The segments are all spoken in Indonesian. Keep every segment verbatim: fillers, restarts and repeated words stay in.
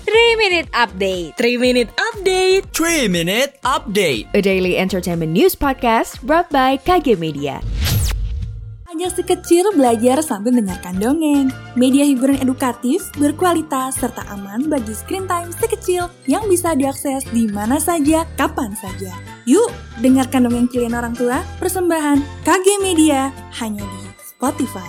three minute update. three minute update. three minute update. A daily entertainment news podcast brought by K G Media. Ajak si kecil belajar sambil mendengarkan dongeng. Media hiburan edukatif, berkualitas, serta aman bagi screen time si kecil yang bisa diakses di mana saja, kapan saja. Yuk, dengarkan dongeng kalian orang tua, persembahan K G Media, hanya di Spotify.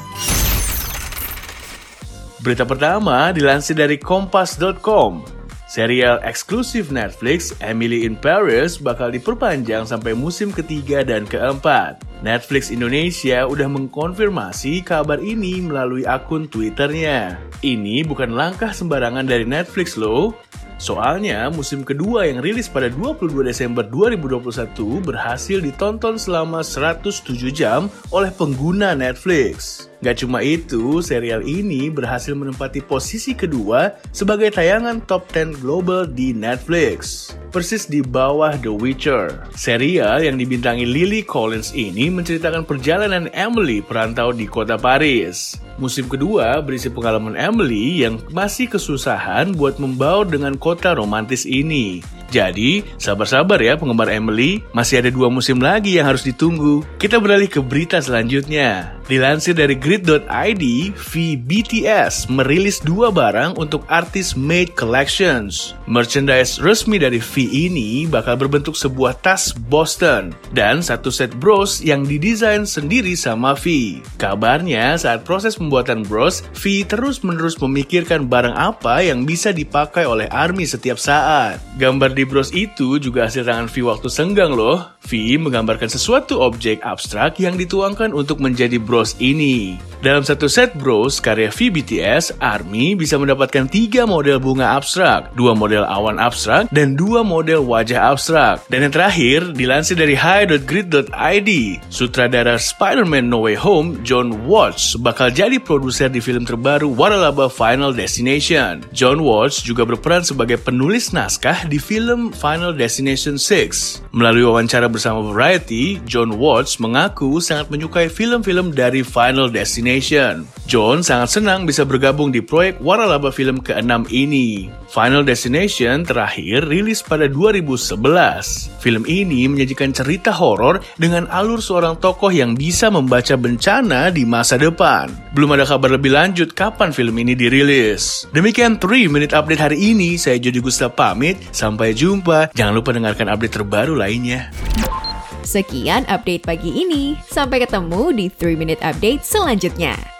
Berita pertama dilansir dari kompas dot com. Serial eksklusif Netflix, Emily in Paris, bakal diperpanjang sampai musim ketiga dan keempat. Netflix Indonesia udah mengkonfirmasi kabar ini melalui akun Twitternya. Ini bukan langkah sembarangan dari Netflix loh. Soalnya, musim kedua yang rilis pada dua puluh dua Desember dua ribu dua puluh satu berhasil ditonton selama seratus tujuh jam oleh pengguna Netflix. Gak cuma itu, serial ini berhasil menempati posisi kedua sebagai tayangan top sepuluh global di Netflix, persis di bawah The Witcher. Serial yang dibintangi Lily Collins ini menceritakan perjalanan Emily perantau di kota Paris. Musim kedua berisi pengalaman Emily yang masih kesusahan buat membaur dengan kota romantis ini. Jadi, sabar-sabar ya penggemar Emily, masih ada dua musim lagi yang harus ditunggu. Kita beralih ke berita selanjutnya. Dilansir dari grid dot i d, V B T S merilis dua barang untuk artis Made Collections. Merchandise resmi dari V ini bakal berbentuk sebuah tas Boston dan satu set bros yang didesain sendiri sama V. Kabarnya saat proses pembuatan bros, V terus-menerus memikirkan barang apa yang bisa dipakai oleh ARMY setiap saat. Gambar di bros itu juga hasil tangan V waktu senggang loh. V menggambarkan sesuatu objek abstrak yang dituangkan untuk menjadi bros ini. Dalam satu set bros karya V B T S, ARMY bisa mendapatkan tiga model bunga abstrak, dua model awan abstrak, dan dua model wajah abstrak. Dan yang terakhir, dilansir dari hi dot grid dot i d, sutradara Spider-Man No Way Home, John Watts, bakal jadi produser di film terbaru Waralaba Final Destination. John Watts juga berperan sebagai penulis naskah di film Final Destination six. Melalui wawancara bersama Variety, John Watts mengaku sangat menyukai film-film dari Final Destination. John sangat senang bisa bergabung di proyek waralaba film keenam ini. Final Destination terakhir rilis pada dua ribu sebelas. Film ini menyajikan cerita horor dengan alur seorang tokoh yang bisa membaca bencana di masa depan. Belum ada kabar lebih lanjut kapan film ini dirilis. Demikian three minute update hari ini. Saya Jody Gusta pamit. Sampai jumpa. Jangan lupa dengarkan update terbaru lainnya. Sekian update pagi ini. Sampai ketemu di three minute update selanjutnya.